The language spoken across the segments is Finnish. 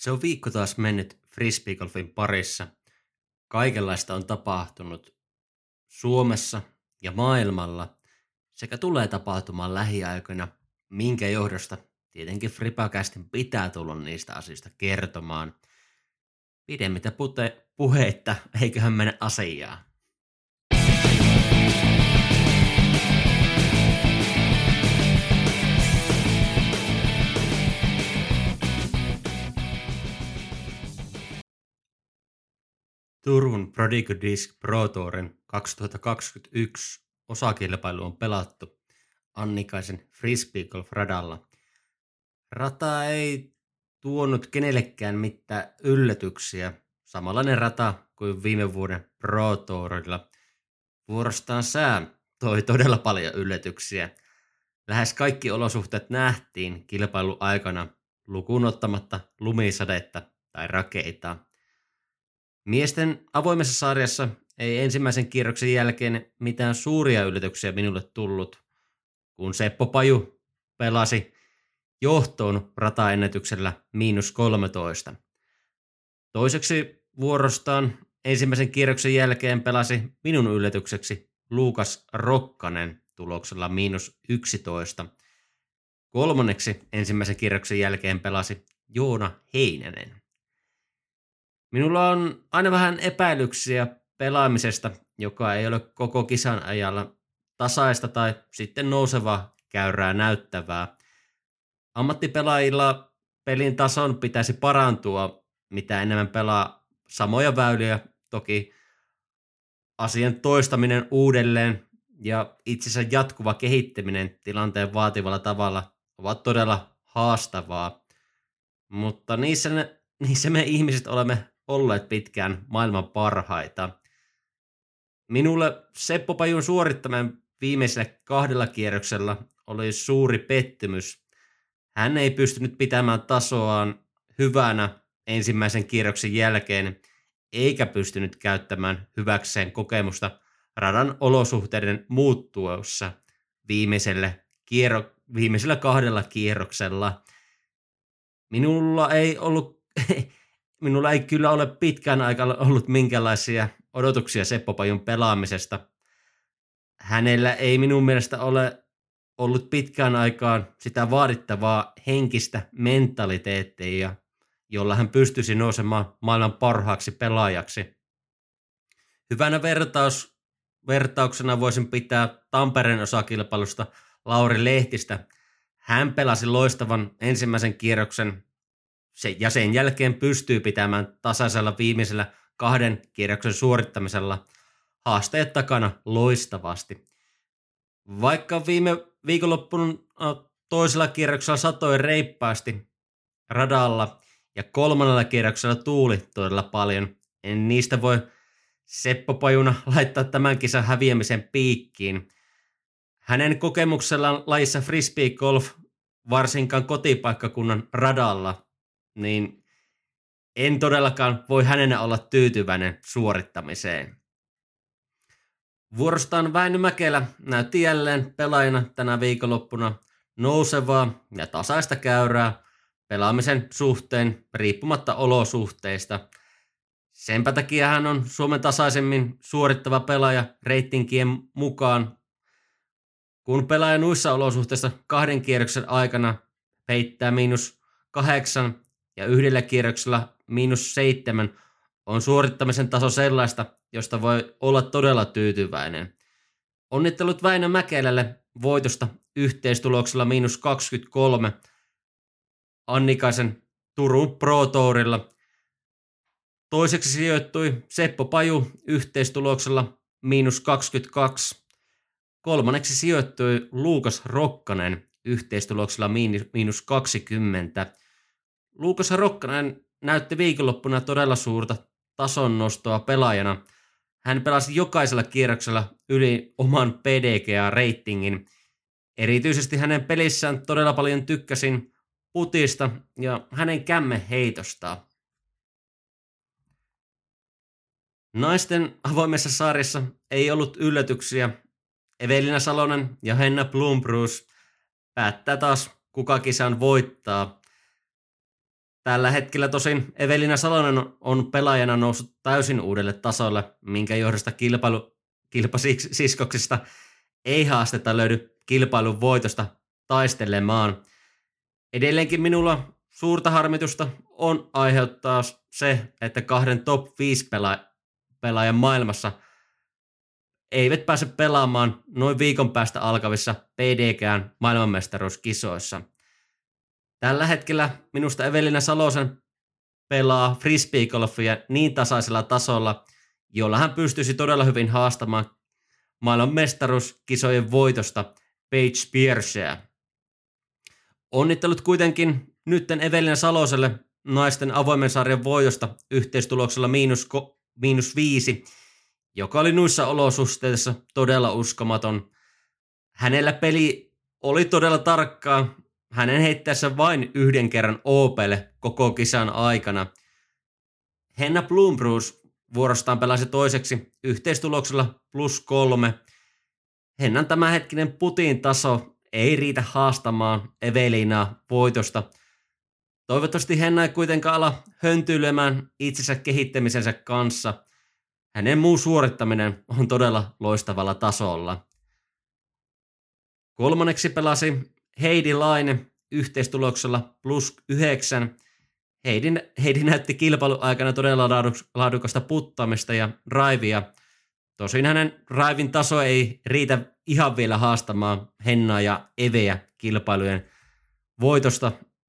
Se on viikko taas mennyt frisbeegolfin parissa. Kaikenlaista on tapahtunut Suomessa ja maailmalla sekä tulee tapahtumaan lähiaikoina, minkä johdosta tietenkin Fripakästin pitää tulla niistä asioista kertomaan. Pidemmittä puheitta, eiköhän mennä asiaan. Turun Prodigy Disc Pro Tourin 2021 osakilpailu on pelattu Annikaisen frisbeegolf-radalla. Rata ei tuonut kenellekään mitään yllätyksiä. Samanlainen rata kuin viime vuoden Pro Tourilla. Vuorostaan sää toi todella paljon yllätyksiä. Lähes kaikki olosuhteet nähtiin kilpailun aikana lukuun ottamatta lumisadetta tai rakeita. Miesten avoimessa sarjassa ei ensimmäisen kierroksen jälkeen mitään suuria yllätyksiä minulle tullut, kun Seppo Paju pelasi johtoon rataennätyksellä -13. Toiseksi vuorostaan ensimmäisen kierroksen jälkeen pelasi minun yllätykseksi Luukas Rokkanen tuloksella -11. Kolmanneksi ensimmäisen kierroksen jälkeen pelasi Joona Heinänen. Minulla on aina vähän epäilyksiä pelaamisesta, joka ei ole koko kisan ajalla tasaista tai sitten nousevaa käyrää näyttävää. Ammattipelaajilla pelin tason pitäisi parantua, mitä enemmän pelaa samoja väyliä. Toki asian toistaminen uudelleen ja itsensä jatkuva kehittäminen tilanteen vaativalla tavalla ovat todella haastavaa. Mutta niissä me ihmiset olemme olleet pitkään maailman parhaita. Minulle Seppo Pajun suorittaminen viimeisellä 2 kierroksella oli suuri pettymys. Hän ei pystynyt pitämään tasoaan hyvänä ensimmäisen kierroksen jälkeen, eikä pystynyt käyttämään hyväkseen kokemusta radan olosuhteiden muuttuessa viimeisellä 2 kierroksella. Minulla ei kyllä ole pitkään aikaa ollut minkäänlaisia odotuksia Seppo Pajun pelaamisesta. Hänellä ei minun mielestä ole ollut pitkään aikaan sitä vaadittavaa henkistä mentaliteettia, jolla hän pystyisi nousemaan maailman parhaaksi pelaajaksi. Hyvänä vertauksena voisin pitää Tampereen osakilpailusta Lauri Lehtistä. Hän pelasi loistavan ensimmäisen kierroksen ja sen jälkeen pystyy pitämään tasaisella viimeisellä 2 kierroksen suorittamisella haasteet takana loistavasti. Vaikka viime viikonloppun toisella kierroksella satoi reippaasti radalla ja 3. kierroksella tuuli todella paljon, en niistä voi Seppo Pajuna laittaa tämän kisan häviämisen piikkiin. Hänen kokemuksellaan lajissa frisbeegolf, varsinkaan kotipaikkakunnan radalla, niin en todellakaan voi hänenä olla tyytyväinen suorittamiseen. Vuorostaan Väinö Mäkelä näytti jälleen pelaajana tänä viikonloppuna nousevaa ja tasaista käyrää pelaamisen suhteen riippumatta olosuhteista. Senpä takia hän on Suomen tasaisemmin suorittava pelaaja reitingien mukaan. Kun pelaaja nuissa olosuhteissa 2 kierroksen aikana peittää -8 ja 1 kierroksella -7, on suorittamisen taso sellaista, josta voi olla todella tyytyväinen. Onnittelut Väinö Mäkelälle voitosta yhteistuloksella -23 Annikaisen Turun Pro Tourilla. Toiseksi sijoittui Seppo Paju yhteistuloksella -22. Kolmanneksi sijoittui Luukas Rokkanen yhteistuloksella -20. Luukas Rokkanen näytti viikonloppuna todella suurta tason nostoa pelaajana. Hän pelasi jokaisella kierroksella yli oman PDGA-reitingin. Erityisesti hänen pelissään todella paljon tykkäsin putista ja hänen kämmeheitosta. Naisten avoimessa sarjassa ei ollut yllätyksiä. Evelina Salonen ja Henna Blomroos päättää taas, kuka kisan voittaa. Tällä hetkellä tosin Evelina Salonen on pelaajana noussut täysin uudelle tasolle, minkä johdosta kilpasiskoksista ei haasteta löydy kilpailun voitosta taistelemaan. Edelleenkin minulla suurta harmitusta on aiheuttaa se, että kahden top 5 pelaajan maailmassa eivät pääse pelaamaan noin viikon päästä alkavissa PDG:n maailmanmestaruuskisoissa. Tällä hetkellä minusta Evelina Salosen pelaa frisbeegolfia niin tasaisella tasolla, jolla hän pystyisi todella hyvin haastamaan maailmanmestaruuskisojen voitosta Paige Piercea. Onnittelut kuitenkin nytten Evelina Saloselle naisten avoimen sarjan voitosta yhteistuloksella -5, joka oli noissa olosuhteissa todella uskomaton. Hänellä peli oli todella tarkkaa, hänen heittäessä vain yhden kerran OP:lle koko kisan aikana. Henna Blomroos vuorostaan pelasi toiseksi yhteistuloksella +3. Hennan tämänhetkinen putin taso ei riitä haastamaan Evelinaa voitosta. Toivottavasti Henna ei kuitenkaan ala höntyilemään itsensä kehittämisensä kanssa. Hänen muu suorittaminen on todella loistavalla tasolla. Kolmanneksi pelasi Heidi Laine yhteistuloksella +9. Heidi näytti kilpailun aikana todella laadukasta puttaamista ja drivea. Tosin hänen drivin taso ei riitä ihan vielä haastamaan Hennaa ja Eveä kilpailujen voitosta.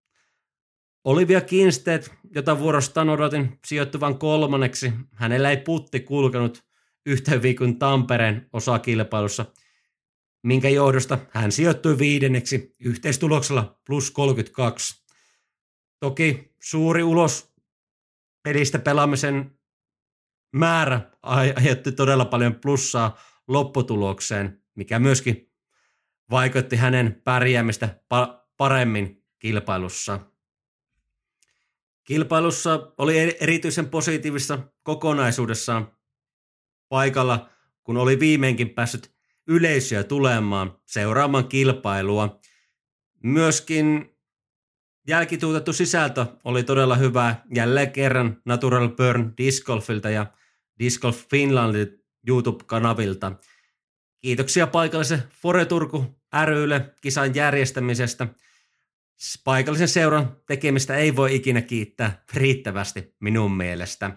Olivia Kinstedt, jota vuorostaan odotin sijoittuvan kolmanneksi, hänellä ei putti kulkenut yhtä viikon Tampereen osakilpailussa, minkä johdosta hän sijoittui 5. yhteistuloksella +32. Toki suuri ulos pelistä pelaamisen määrä aiheutti todella paljon plussaa lopputulokseen, mikä myöskin vaikutti hänen pärjäämistä paremmin kilpailussa. Kilpailussa oli erityisen positiivista kokonaisuudessaan paikalla, kun oli viimeinkin päässyt yleisöä tulemaan seuraamaan kilpailua. Myöskin jälkituotettu sisältö oli todella hyvää jälleen kerran Natural Burn Disc Golfilta ja Disc Golf Finlandin YouTube-kanavilta. Kiitoksia paikallisen Fore Turku ry:lle kisan järjestämisestä. Paikallisen seuran tekemistä ei voi ikinä kiittää riittävästi minun mielestä.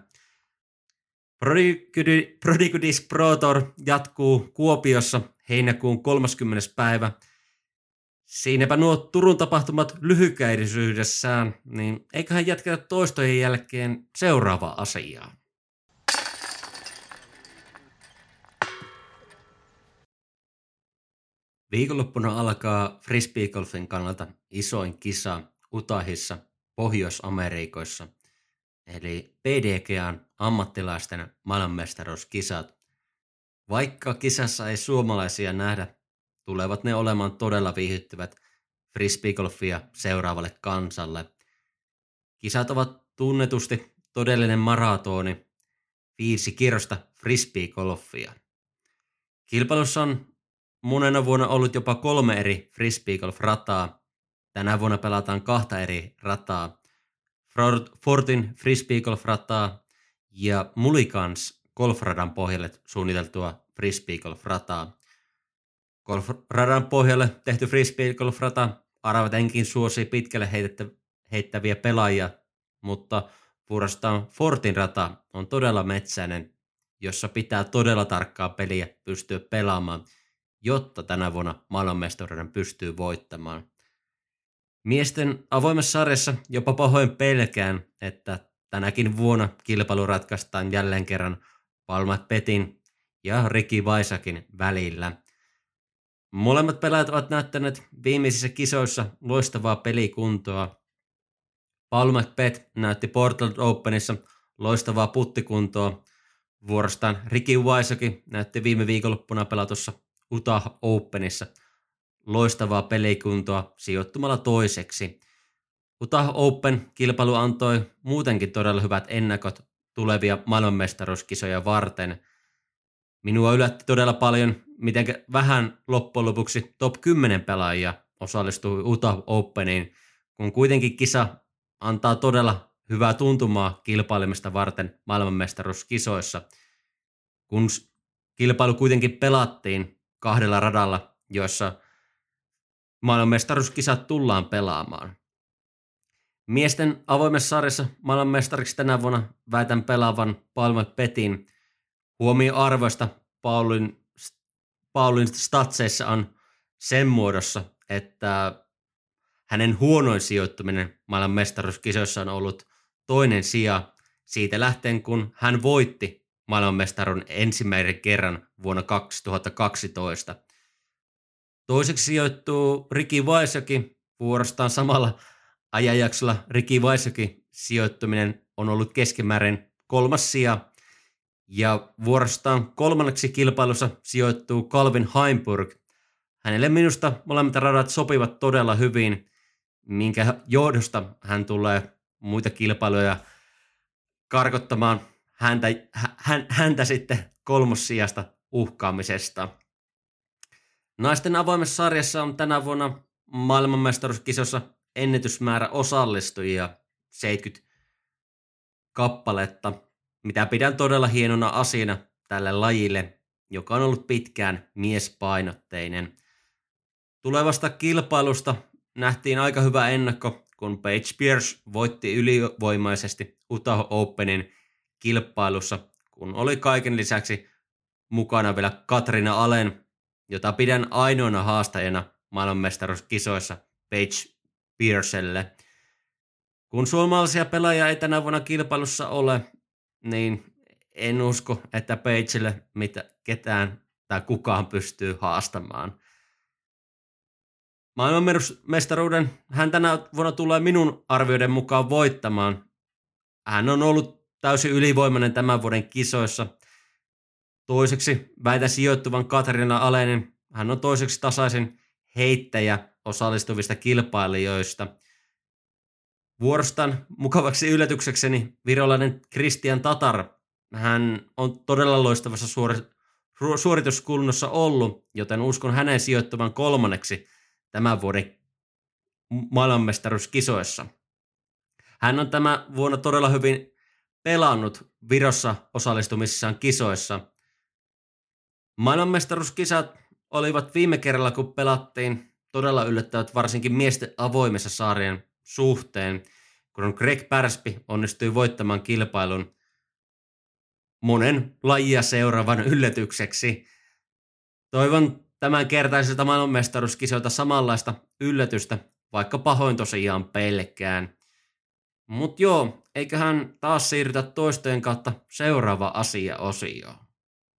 Prodigy Disc Pro Tour jatkuu Kuopiossa heinäkuun 30. päivä. Siinäpä nuo Turun tapahtumat lyhykäisyydessään, niin eiköhän jatketa toistojen jälkeen seuraavaa asiaa. Viikonloppuna alkaa frisbeegolfin kannalta isoin kisa Utahissa Pohjois-Amerikoissa, eli PDG:n ammattilaisten maailmanmestaruuskisat. Vaikka kisassa ei suomalaisia nähdä, tulevat ne olemaan todella viihdyttävät frisbeegolfia seuraavalle kansalle. Kisat ovat tunnetusti todellinen maratoni, 5 kierrosta frisbeegolfia. Kilpailussa on monena vuonna ollut jopa 3 eri frisbeegolf-rataa. Tänä vuonna pelataan 2 eri rataa. Fortin frisbeegolf-rataa ja Mulligans golfradan pohjalle suunniteltua frisbeegolf-rataa. Golfradan pohjalle tehty frisbeegolf-rata arvatenkin suosii pitkälle heittäviä pelaajia, mutta vuorostaan Fortin rata on todella metsäinen, jossa pitää todella tarkkaa peliä pystyä pelaamaan, jotta tänä vuonna maailmanmestaruuden pystyy voittamaan. Miesten avoimessa sarjassa jopa pahoin pelkään, että tänäkin vuonna kilpailu ratkaistaan jälleen kerran Palmat Petin ja Ricky Vaisakin välillä. Molemmat pelaajat ovat näyttäneet viimeisissä kisoissa loistavaa pelikuntoa. Palmat Pet näytti Portland Openissa loistavaa puttikuntoa. Vuorostaan Ricky Wysocki näytti viime viikonloppuna pelatussa Utah Openissa loistavaa pelikuntoa sijoittumalla toiseksi. Utah Open-kilpailu antoi muutenkin todella hyvät ennakot tulevia maailmanmestaruuskisoja varten. Minua yllätti todella paljon, miten vähän loppujen lopuksi top 10 pelaajia osallistui Utah Openiin, kun kuitenkin kisa antaa todella hyvää tuntumaa kilpailemista varten maailmanmestaruuskisoissa, kun kilpailu kuitenkin pelattiin 2 radalla, joissa maailmanmestaruuskisat tullaan pelaamaan. Miesten avoimessa sarjassa maailmanmestariksi tänä vuonna väitän pelaavan Palmer Pettin. Huomioarvoista Paulin statseissa on sen muodossa, että hänen huonoin sijoittuminen maailmanmestaruuskisoissa on ollut 2. sija siitä lähtien, kun hän voitti maailmanmestarun ensimmäisen kerran vuonna 2012. Toiseksi sijoittuu Ricky Wysocki, vuorostaan samalla ajanjaksolla Ricky Wysokin sijoittuminen on ollut keskimäärin 3. sija, ja vuorostaan 3. kilpailussa sijoittuu Calvin Heimburg. Hänelle minusta molemmat radat sopivat todella hyvin, minkä johdosta hän tulee muita kilpailuja karkottamaan häntä sitten 3. sijasta uhkaamisesta. Naisten avoimessa sarjassa on tänä vuonna maailmanmestaruuskisossa ennätysmäärä osallistujia, 70 kappaletta, mitä pidän todella hienona asiana tälle lajille, joka on ollut pitkään miespainotteinen. Tulevasta kilpailusta nähtiin aika hyvä ennakko, kun Paige Pierce voitti ylivoimaisesti Utah Openin kilpailussa, kun oli kaiken lisäksi mukana vielä Katrina Allen, jota pidän ainoana haastajana maailmanmestaruuskisoissa Paige Piercelle. Kun suomalaisia pelaajia ei tänä vuonna kilpailussa ole, niin en usko, että Pagelle ketään tai kukaan pystyy haastamaan. Maailmanmestaruuden hän tänä vuonna tulee minun arvioiden mukaan voittamaan. Hän on ollut täysin ylivoimainen tämän vuoden kisoissa. Toiseksi väitän sijoittuvan Katarina Alenin. Hän on toiseksi tasaisin heittäjä osallistuvista kilpailijoista. Vuorostaan mukavaksi yllätyksekseni virolainen Christian Tatar. Hän on todella loistavassa suorituskunnossa ollut, joten uskon hänen sijoittuvan 3. tämän vuoden maailmanmestaruuskisoissa. Hän on tämä vuonna todella hyvin pelannut Virossa osallistumissaan kisoissa. Maailmanmestaruuskisat olivat viime kerralla, kun pelattiin, todella yllättävät varsinkin miesten avoimessa sarjan suhteen, kun Greg Barsby onnistui voittamaan kilpailun monen lajia seuraavan yllätykseksi. Toivon tämänkertaisilta maailmanmestaruuskisoilta samanlaista yllätystä, vaikka pahoin tosiaan pelkään. Mut joo, eiköhän taas siirrytä toistojen kautta seuraava asia-osioon.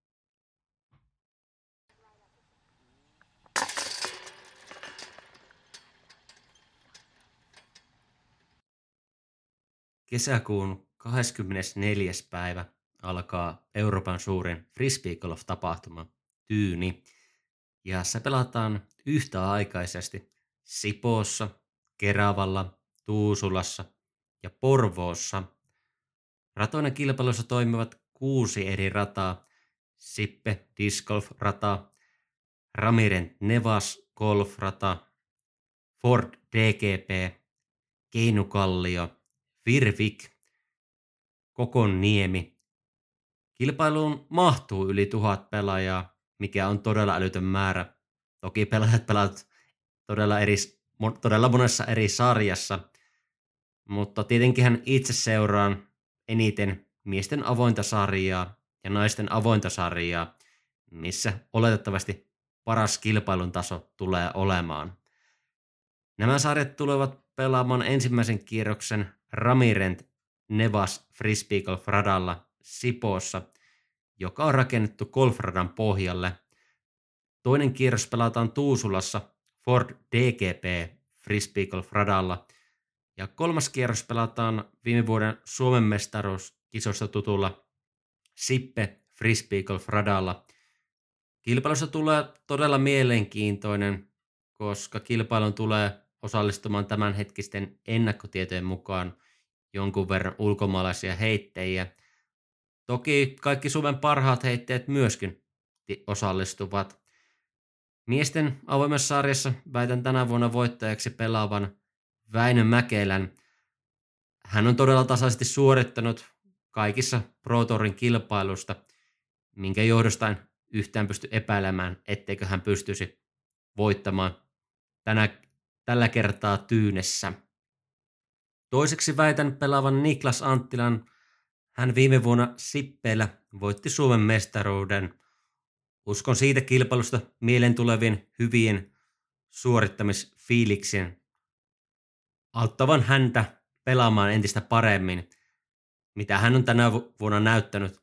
Kesäkuun 24. päivä alkaa Euroopan suurin frisbeegolf-tapahtuma Tyyni, ja se pelataan yhtäaikaisesti Sipoossa, Keravalla, Tuusulassa ja Porvoossa. Ratoina kilpailussa toimivat 6 eri rataa: Sippe Disc Golf-rata, Ramiren Nevas Golf-rata, Ford DGP, Keinukallio, Virvik, Kokonniemi. Kilpailuun mahtuu yli 1000 pelaajaa, mikä on todella älytön määrä. Toki pelaajat pelaavat todella monessa eri sarjassa, mutta tietenkin hän itse seuraan eniten miesten avointa sarjaa ja naisten avointa sarjaa, missä oletettavasti paras kilpailun taso tulee olemaan. Nämä sarjat tulevat pelaamaan ensimmäisen kierroksen Ramirent Nevas Frisbeegolf-radalla Sipoossa, joka on rakennettu golfradan pohjalle. Toinen kierros pelataan Tuusulassa Ford DGP Frisbeegolf-radalla, ja 3. kierros pelataan viime vuoden Suomen mestaruuskisossa tutulla Sippe Frisbeegolf-radalla. Kilpailussa tulee todella mielenkiintoinen, koska kilpailun tulee osallistumaan tämänhetkisten ennakkotietojen mukaan jonkun verran ulkomaalaisia heittäjiä. Toki kaikki Suomen parhaat heittäjät myöskin osallistuvat. Miesten avoimessa sarjassa väitän tänä vuonna voittajaksi pelaavan Väinö Mäkelän. Hän on todella tasaisesti suorittanut kaikissa Pro Tourin kilpailusta, minkä johdosta en yhtään pysty epäilemään, etteikö hän pystyisi voittamaan tällä kertaa Tyynessä. Toiseksi väitän pelaavan Niklas Anttilan. Hän viime vuonna Sippeillä voitti Suomen mestaruuden. Uskon siitä kilpailusta mieleen tulevien hyvien suorittamisfiiliksien auttavan häntä pelaamaan entistä paremmin, mitä hän on tänä vuonna näyttänyt.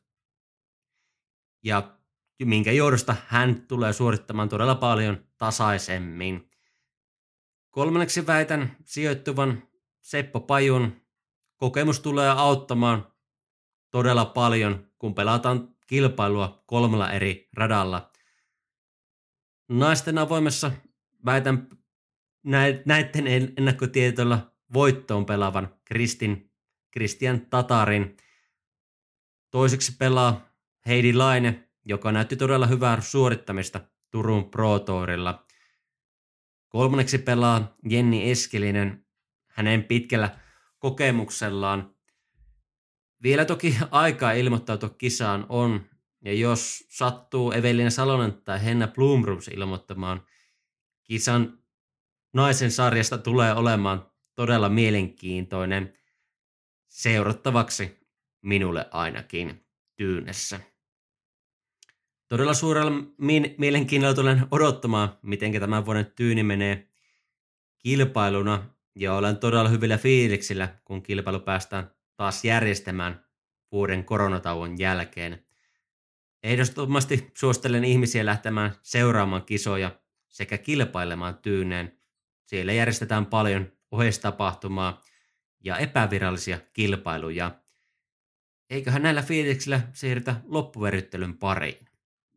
Ja minkä johdosta hän tulee suorittamaan todella paljon tasaisemmin. Kolmanneksi väitän sijoittuvan Seppo Pajun. Kokemus tulee auttamaan todella paljon, kun pelataan kilpailua 3 eri radalla. Naisten avoimessa väitän näiden ennakkotietoilla voittoon pelaavan Christian Tatarin. Toiseksi pelaa Heidi Laine, joka näytti todella hyvää suorittamista Turun Pro Tourilla. Kolmanneksi pelaa Jenni Eskelinen hänen pitkällä kokemuksellaan. Vielä toki aikaa ilmoittautua kisaan on, ja jos sattuu Evelina Salonen tai Henna Blomroos ilmoittamaan, kisan naisen sarjasta tulee olemaan todella mielenkiintoinen seurattavaksi minulle ainakin Tyynessä. Todella suurella mielenkiinnolla tulen odottamaan, miten tämän vuoden Tyyni menee kilpailuna, ja olen todella hyvillä fiiliksillä, kun kilpailu päästään taas järjestämään vuoden koronatauon jälkeen. Ehdottomasti suosittelen ihmisiä lähtemään seuraamaan kisoja sekä kilpailemaan Tyyneen. Siellä järjestetään paljon oheistapahtumaa ja epävirallisia kilpailuja. Eiköhän näillä fiiliksillä siirrytä loppuveryttelyn pariin.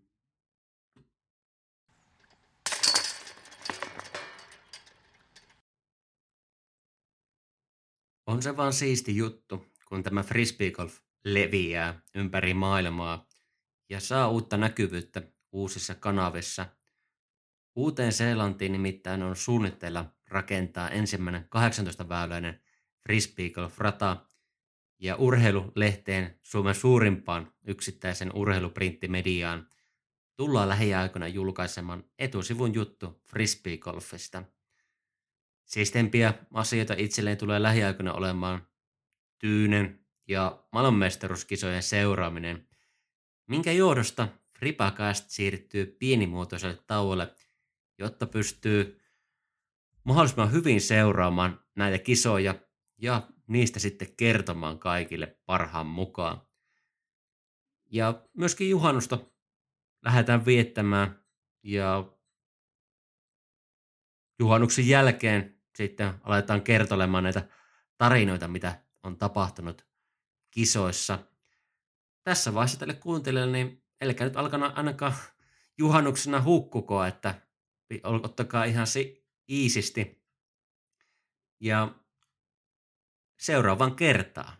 On se vaan siisti juttu, kun tämä frisbeegolf leviää ympäri maailmaa ja saa uutta näkyvyyttä uusissa kanavissa. Uuteen-Seelantiin nimittäin on suunnitteilla rakentaa ensimmäinen 18-väyläinen frisbeegolf-rata, ja urheilulehteen Suomen suurimpaan yksittäisen urheiluprinttimediaan tullaan lähiaikoina julkaisemaan etusivun juttu frisbeegolfista. Siistempiä asioita itselleen tulee lähiaikoina olemaan Tyynen ja maailmanmestaruuskisojen seuraaminen, minkä johdosta FripaCast siirtyy pienimuotoiselle tauolle, jotta pystyy mahdollisimman hyvin seuraamaan näitä kisoja ja niistä sitten kertomaan kaikille parhaan mukaan. Ja myöskin juhannusta lähdetään viettämään, ja juhannuksen jälkeen sitten aletaan kertolemaan näitä tarinoita, mitä on tapahtunut kisoissa. Tässä vaiheessa tälle kuuntelijalle, niin älkää nyt alkana ainakaan juhannuksena hukkuko, että ottakaa ihan iisisti. Ja seuraavan kertaan.